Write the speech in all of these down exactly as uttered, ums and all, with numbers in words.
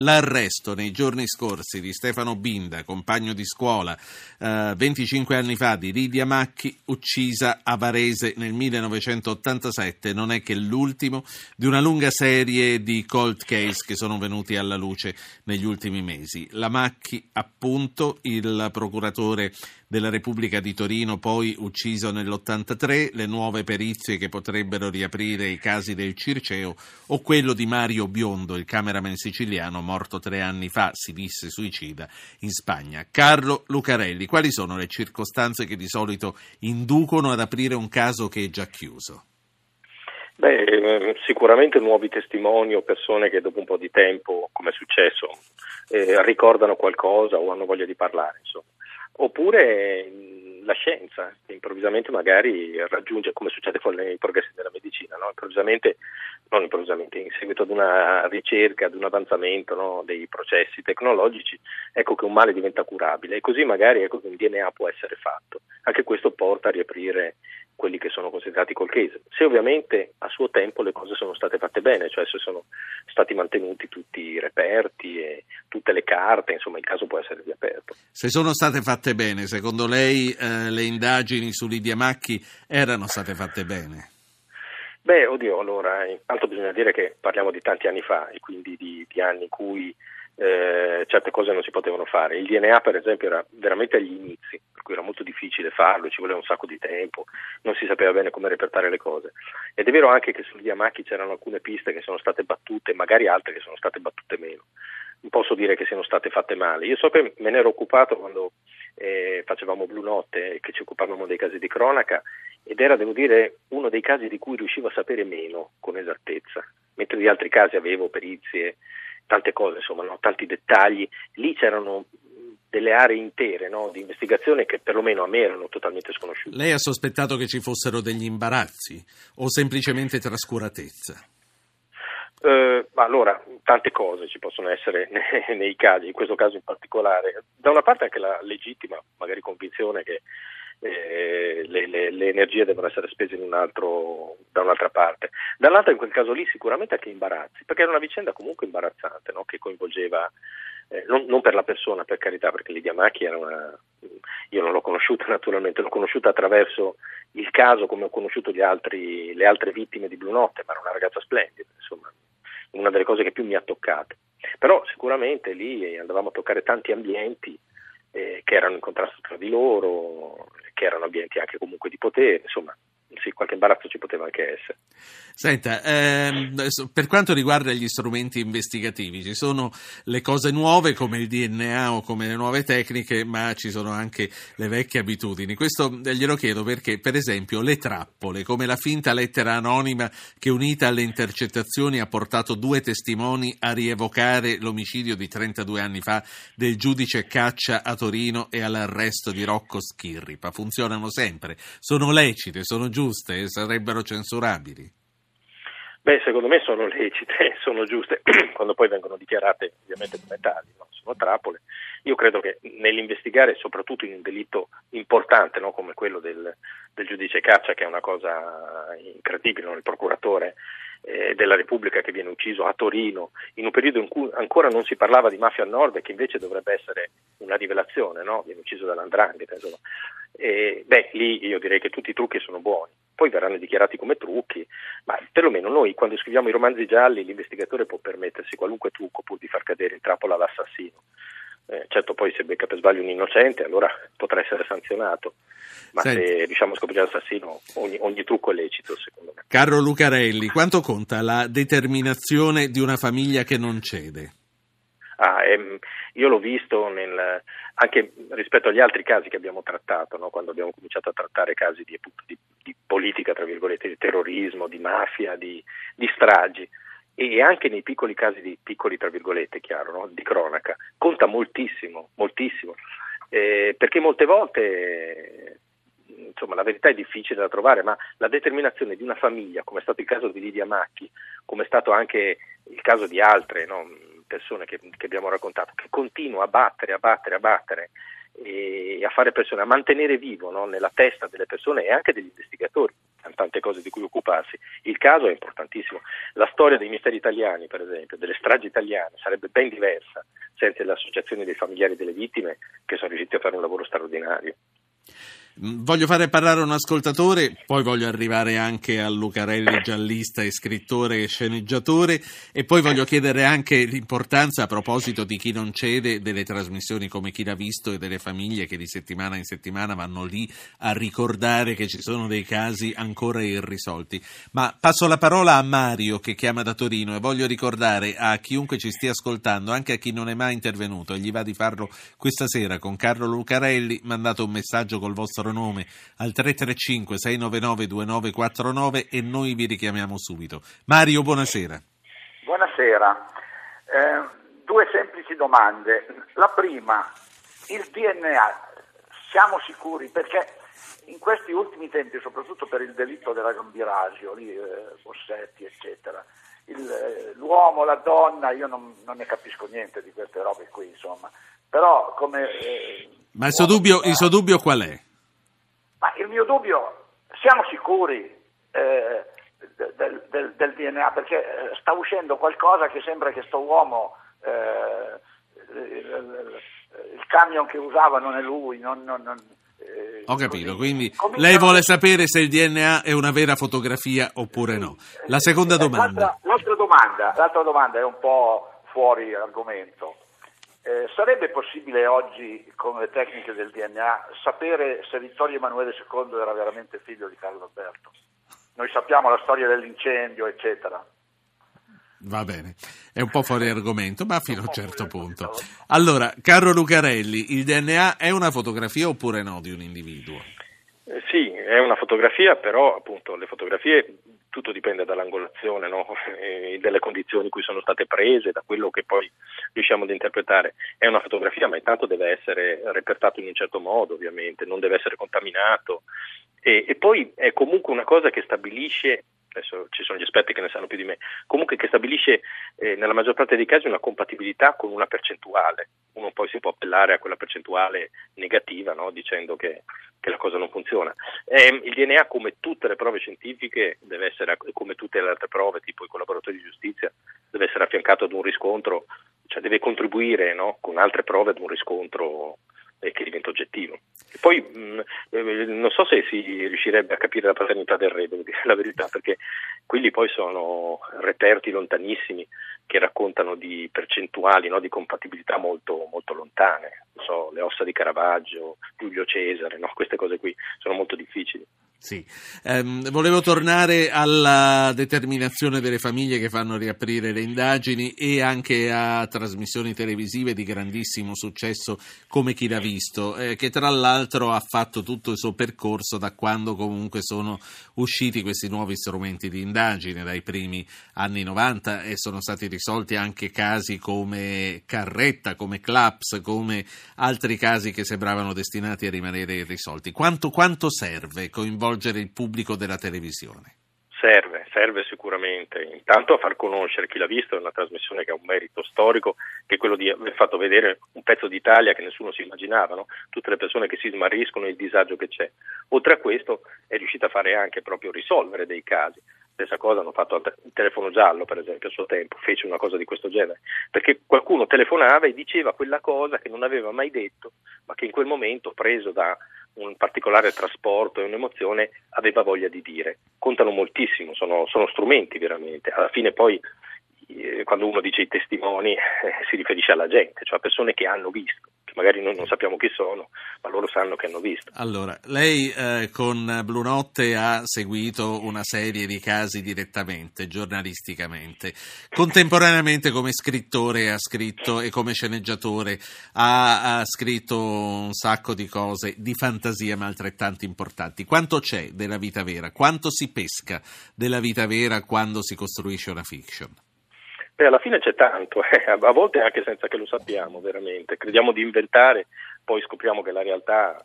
L'arresto nei giorni scorsi di Stefano Binda, compagno di scuola, eh, venticinque anni fa, di Lidia Macchi, uccisa a Varese nel millenovecentottantasette, non è che l'ultimo di una lunga serie di cold case che sono venuti alla luce negli ultimi mesi. La Macchi, appunto, il procuratore della Repubblica di Torino, poi ucciso nell'ottantatré, le nuove perizie che potrebbero riaprire i casi del Circeo, o quello di Mario Biondo, il cameraman siciliano, morto tre anni fa, si disse suicida, in Spagna. Carlo Lucarelli, quali sono le circostanze che di solito inducono ad aprire un caso che è già chiuso? Beh, sicuramente nuovi testimoni o persone che dopo un po' di tempo, come è successo, eh, ricordano qualcosa o hanno voglia di parlare, insomma. Oppure la scienza, che improvvisamente magari raggiunge, come succede con i progressi della medicina, no? Improvvisamente, non improvvisamente, in seguito ad una ricerca, ad un avanzamento, no, dei processi tecnologici, ecco che un male diventa curabile e così magari ecco che un D N A può essere fatto. Anche questo porta a riaprire quelli che sono considerati cold case, se ovviamente a suo tempo le cose sono state fatte bene, cioè se sono stati mantenuti tutti i reperti e tutte le carte, insomma il caso può essere riaperto. Se sono state fatte bene, secondo lei eh, le indagini su Lidia Macchi erano state fatte bene? Beh, oddio, allora, intanto bisogna dire che parliamo di tanti anni fa e quindi di, di anni in cui eh, certe cose non si potevano fare. Il D N A, per esempio, era veramente agli inizi, per cui era molto difficile farlo, ci voleva un sacco di tempo, non si sapeva bene come repertare le cose. Ed è vero anche che su Lidia Macchi c'erano alcune piste che sono state battute, magari altre che sono state battute meno. Non posso dire che siano state fatte male. Io so che me ne ero occupato quando eh, facevamo Blu Notte e che ci occupavamo dei casi di cronaca, ed era, devo dire, uno dei casi di cui riuscivo a sapere meno con esattezza, mentre di altri casi avevo perizie, tante cose, insomma, no? Tanti dettagli. Lì c'erano delle aree intere, no, di investigazione che perlomeno a me erano totalmente sconosciute. Lei ha sospettato che ci fossero degli imbarazzi o semplicemente trascuratezza? Uh, allora, tante cose ci possono essere nei, nei casi, in questo caso in particolare. Da una parte anche la legittima, magari convinzione che eh, le, le, le energie devono essere spese in un altro, da un'altra parte. Dall'altra, in quel caso lì, sicuramente anche imbarazzi, perché era una vicenda comunque imbarazzante, no? Che coinvolgeva, eh, non, non per la persona, per carità, perché Lidia Macchi era una... Io non l'ho conosciuta naturalmente, l'ho conosciuta attraverso il caso, come ho conosciuto gli altri, le altre vittime di Blu Notte, ma era una ragazza splendida, insomma, una delle cose che più mi ha toccato. Però sicuramente lì andavamo a toccare tanti ambienti eh, che erano in contrasto tra di loro, che erano ambienti anche comunque di potere, insomma. Sì, qualche imbarazzo ci poteva anche essere. Senta, ehm, per quanto riguarda gli strumenti investigativi, ci sono le cose nuove come il D N A o come le nuove tecniche, ma ci sono anche le vecchie abitudini. Questo glielo chiedo perché, per esempio, le trappole, come la finta lettera anonima che, unita alle intercettazioni, ha portato due testimoni a rievocare l'omicidio di trentadue anni fa del giudice Caccia a Torino e all'arresto di Rocco Schirripa. Funzionano sempre, sono lecite, sono giuste e sarebbero censurabili? Beh, secondo me sono lecite, sono giuste, quando poi vengono dichiarate ovviamente come tali, no? Sono trappole. Io credo che nell'investigare, soprattutto in un delitto importante, no? Come quello del, del giudice Caccia, che è una cosa incredibile, no? Il procuratore eh, della Repubblica che viene ucciso a Torino, in un periodo in cui ancora non si parlava di mafia al nord e che invece dovrebbe essere una rivelazione, no? Viene ucciso dall'Andrangheta, insomma. E, beh, lì io direi che tutti i trucchi sono buoni, poi verranno dichiarati come trucchi, ma perlomeno noi quando scriviamo i romanzi gialli l'investigatore può permettersi qualunque trucco pur di far cadere in trappola l'assassino. Eh, certo, poi se becca per sbaglio un innocente allora potrà essere sanzionato, ma Senti. se riusciamo a scoprire l'assassino ogni, ogni trucco è lecito, secondo me. Carlo Lucarelli, quanto conta la determinazione di una famiglia che non cede? Ah, ehm, io l'ho visto nel, anche rispetto agli altri casi che abbiamo trattato, no? Quando abbiamo cominciato a trattare casi di, di, di politica, tra virgolette, di terrorismo, di mafia, di, di stragi, e anche nei piccoli casi di piccoli, tra virgolette, chiaro, no? Di cronaca, conta moltissimo, moltissimo, eh, perché molte volte, insomma, la verità è difficile da trovare, ma la determinazione di una famiglia, come è stato il caso di Lidia Macchi, come è stato anche il caso di altre, no? persone che, che abbiamo raccontato, che continua a battere, a battere, a battere e a fare pressione, a mantenere vivo, no, nella testa delle persone e anche degli investigatori, hanno tante cose di cui occuparsi. Il caso è importantissimo. La storia dei misteri italiani, per esempio, delle stragi italiane, sarebbe ben diversa senza le associazioni dei familiari delle vittime, che sono riusciti a fare un lavoro straordinario. Voglio fare parlare un ascoltatore, poi voglio arrivare anche a Lucarelli, giallista e scrittore e sceneggiatore, e poi voglio chiedere anche l'importanza, a proposito di chi non cede, delle trasmissioni come Chi l'ha visto e delle famiglie che di settimana in settimana vanno lì a ricordare che ci sono dei casi ancora irrisolti. Ma passo la parola a Mario, che chiama da Torino, e voglio ricordare a chiunque ci stia ascoltando, anche a chi non è mai intervenuto e gli va di farlo questa sera con Carlo Lucarelli, mandate un messaggio col vostro nome al tre tre cinque sei nove nove due nove quattro nove e noi vi richiamiamo subito. Mario, buonasera. Buonasera. Eh, due semplici domande. La prima, il D N A, siamo sicuri? Perché in questi ultimi tempi, soprattutto per il delitto della Gambirasio, lì, eh, Bossetti, eccetera, il, eh, l'uomo, la donna, io non, non ne capisco niente di queste robe qui, insomma. Però come... Eh, Ma il suo dubbio, il suo dubbio qual è? Ma il mio dubbio, siamo sicuri eh, del, del, del D N A, perché sta uscendo qualcosa che sembra che sto uomo, eh, il, il, il camion che usava non è lui, non... non, non eh, Ho capito, così. quindi Cominciamo... lei vuole sapere se il D N A è una vera fotografia oppure no. La seconda domanda. L'altra, l'altra domanda, l'altra domanda è un po' fuori argomento. Eh, sarebbe possibile oggi, con le tecniche del D N A, sapere se Vittorio Emanuele secondo era veramente figlio di Carlo Alberto? Noi sappiamo la storia dell'incendio, eccetera. Va bene, è un po' fuori argomento, ma fino a un certo punto. Allora, caro Lucarelli, il D N A è una fotografia oppure no di un individuo? Eh, sì, è una fotografia, però appunto le fotografie... tutto dipende dall'angolazione, no? E delle condizioni in cui sono state prese, da quello che poi riusciamo ad interpretare. È una fotografia, ma intanto deve essere repertato in un certo modo, ovviamente, non deve essere contaminato. E, e poi è comunque una cosa che stabilisce, adesso ci sono gli esperti che ne sanno più di me, comunque che stabilisce eh, nella maggior parte dei casi una compatibilità con una percentuale. Uno poi si può appellare a quella percentuale negativa, no? Dicendo che, che la cosa non funziona. Eh, il D N A, come tutte le prove scientifiche, deve essere, come tutte le altre prove, tipo i collaboratori di giustizia, deve essere affiancato ad un riscontro, cioè deve contribuire, no? Con altre prove ad un riscontro eh, che diventa oggettivo. E poi mh, eh, non so se si riuscirebbe a capire la paternità del re, devo dire la verità, perché quelli poi sono reperti lontanissimi che raccontano di percentuali, no, di compatibilità molto, molto lontane. Non so, le ossa di Caravaggio, Giulio Cesare, no, queste cose qui sono molto difficili. Sì, ehm, volevo tornare alla determinazione delle famiglie che fanno riaprire le indagini e anche a trasmissioni televisive di grandissimo successo come Chi l'ha visto, eh, che tra l'altro ha fatto tutto il suo percorso da quando comunque sono usciti questi nuovi strumenti di indagine, dai primi anni novanta, e sono stati risolti anche casi come Carretta, come Claps, come altri casi che sembravano destinati a rimanere irrisolti. Quanto, quanto serve coinvolgere il pubblico della televisione? Serve, serve sicuramente. Intanto a far conoscere Chi l'ha visto, è una trasmissione che ha un merito storico, che è quello di aver fatto vedere un pezzo d'Italia che nessuno si immaginava, no? Tutte le persone che si smarriscono e il disagio che c'è. Oltre a questo è riuscita a fare anche proprio risolvere dei casi. Stessa cosa hanno fatto il telefono giallo, per esempio, a suo tempo, fece una cosa di questo genere, perché qualcuno telefonava e diceva quella cosa che non aveva mai detto, ma che in quel momento, preso da un particolare trasporto e un'emozione, aveva voglia di dire. Contano moltissimo, sono, sono strumenti veramente. Alla fine poi, eh, quando uno dice i testimoni, eh, si riferisce alla gente, cioè a persone che hanno visto, che magari noi non sappiamo chi sono, ma loro sanno che hanno visto. Allora, lei eh, con Blu Notte ha seguito una serie di casi direttamente, giornalisticamente. Contemporaneamente come scrittore ha scritto, e come sceneggiatore ha, ha scritto un sacco di cose di fantasia, ma altrettanto importanti. Quanto c'è della vita vera? Quanto si pesca della vita vera quando si costruisce una fiction? Beh, alla fine c'è tanto, eh, a volte anche senza che lo sappiamo veramente. Crediamo di inventare, poi scopriamo che la realtà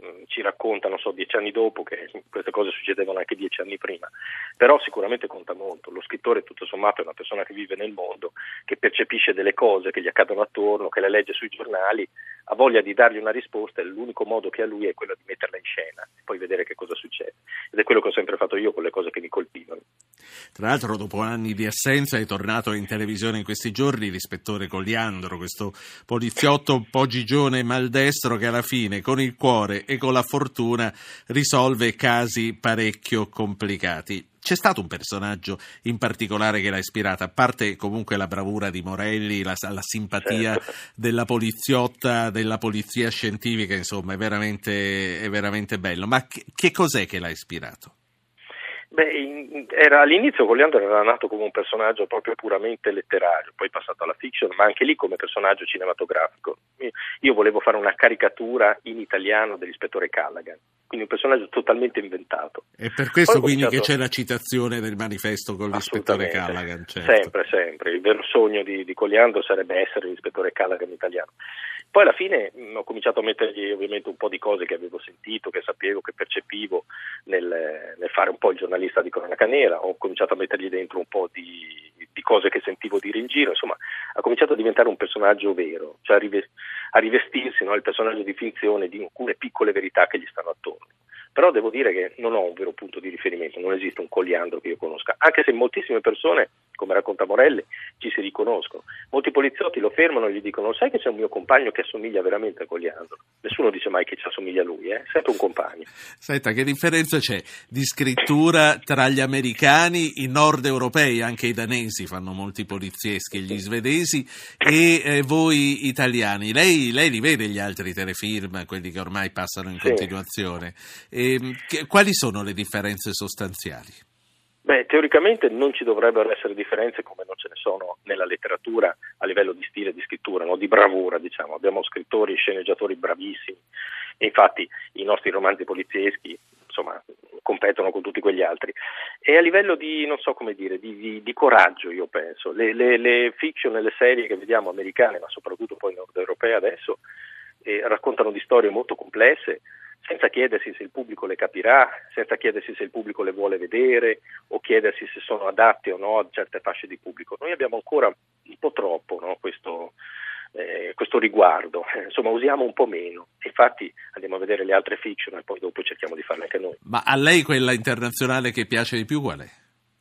ci racconta, non so, dieci anni dopo che queste cose succedevano anche dieci anni prima, però sicuramente conta molto. Lo scrittore tutto sommato è una persona che vive nel mondo, che percepisce delle cose che gli accadono attorno, che le legge sui giornali, ha voglia di dargli una risposta e l'unico modo che ha lui è quello di metterla in scena e poi vedere che cosa succede. Ed è quello che ho sempre fatto io con le cose che mi colpivano. Tra l'altro, dopo anni di assenza è tornato in televisione in questi giorni l'ispettore Coliandro, questo poliziotto un po' gigione e maldestro che alla fine con il cuore e con la fortuna risolve casi parecchio complicati. C'è stato un personaggio in particolare che l'ha ispirata, a parte comunque la bravura di Morelli, la, la simpatia certo. della poliziotta, della polizia scientifica, insomma è veramente, è veramente bello. Ma che, che cos'è che l'ha ispirato? Beh, in, era, all'inizio Coliandro era nato come un personaggio proprio puramente letterario, poi passato alla fiction, ma anche lì come personaggio cinematografico. Io, io volevo fare una caricatura in italiano dell'ispettore Callaghan, quindi un personaggio totalmente inventato. È per questo Poi quindi cominciato... che c'è la citazione del manifesto con l'ispettore Callaghan. Certo. Sempre, sempre. Il vero sogno di, di Coliandro sarebbe essere l'ispettore Callaghan italiano. Poi alla fine mh, ho cominciato a mettergli ovviamente un po' di cose che avevo sentito, che sapevo, che percepivo nel, nel fare un po' il giornalista di cronaca nera. Ho cominciato a mettergli dentro un po' di, di cose che sentivo dire in giro. Insomma, ha cominciato a diventare un personaggio vero, cioè a, rive- a rivestirsi, no, il personaggio di finzione di alcune piccole verità che gli stanno attorno. Però devo dire che non ho un vero punto di riferimento, non esiste un Coliandro che io conosca, anche se moltissime persone, come racconta Morelli, ci si riconoscono. Molti poliziotti lo fermano e gli dicono: sai che c'è un mio compagno che assomiglia veramente a Coliandro? Nessuno dice mai che ci assomiglia a lui, è eh? sempre un compagno. Senta, che differenza c'è di scrittura tra gli americani, i nord europei, anche i danesi fanno molti polizieschi, gli svedesi, e eh, voi italiani? Lei, lei li vede gli altri telefilm, quelli che ormai passano in Sì. continuazione? E, che, quali sono le differenze sostanziali? Beh, teoricamente non ci dovrebbero essere differenze come non ce ne sono nella letteratura a livello di stile di scrittura, no? Di bravura, diciamo. Abbiamo scrittori e sceneggiatori bravissimi e infatti i nostri romanzi polizieschi, insomma, competono con tutti quegli altri. E a livello di, non so come dire, di, di, di coraggio, io penso. Le, le, le fiction e le serie che vediamo americane, ma soprattutto poi nord europee adesso, eh, raccontano di storie molto complesse, senza chiedersi se il pubblico le capirà, senza chiedersi se il pubblico le vuole vedere o chiedersi se sono adatte o no a certe fasce di pubblico. Noi abbiamo ancora un po' troppo, no, questo, eh, questo riguardo, eh, insomma usiamo un po' meno. Infatti andiamo a vedere le altre fiction e poi dopo cerchiamo di farle anche noi. Ma a lei quella internazionale che piace di più qual è?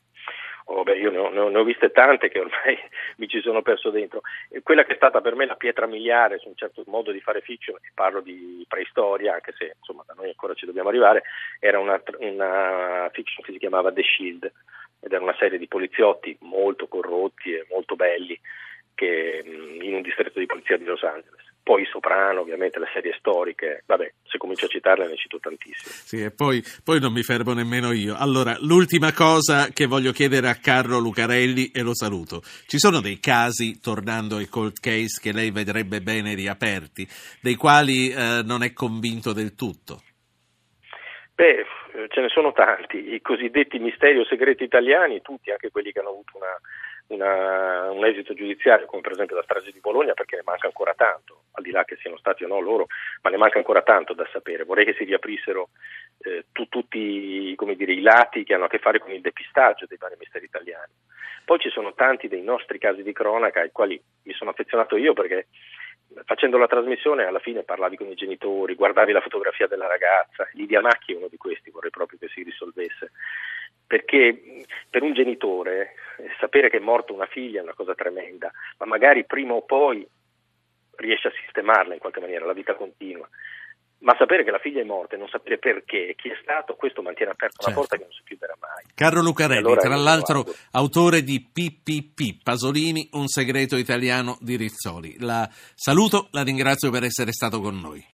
Oh, beh, io ne ho, ne ho viste tante che ormai mi ci sono perso dentro. E quella che è stata per me la pietra miliare su un certo modo di fare fiction, e parlo di preistoria, anche se insomma da noi ancora ci dobbiamo arrivare, era una, una fiction che si chiamava The Shield, ed era una serie di poliziotti molto corrotti e molto belli che in un distretto di polizia di Los Angeles. Poi Soprano, ovviamente, le serie storiche, vabbè, se comincio a citarle ne cito tantissime. Sì, e poi, poi non mi fermo nemmeno io. Allora, l'ultima cosa che voglio chiedere a Carlo Lucarelli, e lo saluto. Ci sono dei casi, tornando ai cold case, che lei vedrebbe bene riaperti, dei quali eh, non è convinto del tutto? Beh, ce ne sono tanti, i cosiddetti misteri o segreti italiani, tutti, anche quelli che hanno avuto una... Una, un esito giudiziario come per esempio la strage di Bologna, perché ne manca ancora tanto, al di là che siano stati o no loro, ma ne manca ancora tanto da sapere. Vorrei che si riaprissero eh, tu, tutti come dire, i lati che hanno a che fare con il depistaggio dei vari misteri italiani. Poi ci sono tanti dei nostri casi di cronaca ai quali mi sono affezionato io, perché facendo la trasmissione alla fine parlavi con i genitori, guardavi la fotografia della ragazza. Lidia Macchi è uno di questi, vorrei proprio che si risolvesse, perché per un genitore eh, sapere che è morta una figlia è una cosa tremenda, ma magari prima o poi riesce a sistemarla in qualche maniera, la vita continua. Ma sapere che la figlia è morta e non sapere perché, chi è stato, questo mantiene aperta una certo. porta che non si chiuderà mai. Carlo Lucarelli, allora tra l'altro autore di P P P, Pasolini, un segreto italiano di Rizzoli. La saluto, la ringrazio per essere stato con noi.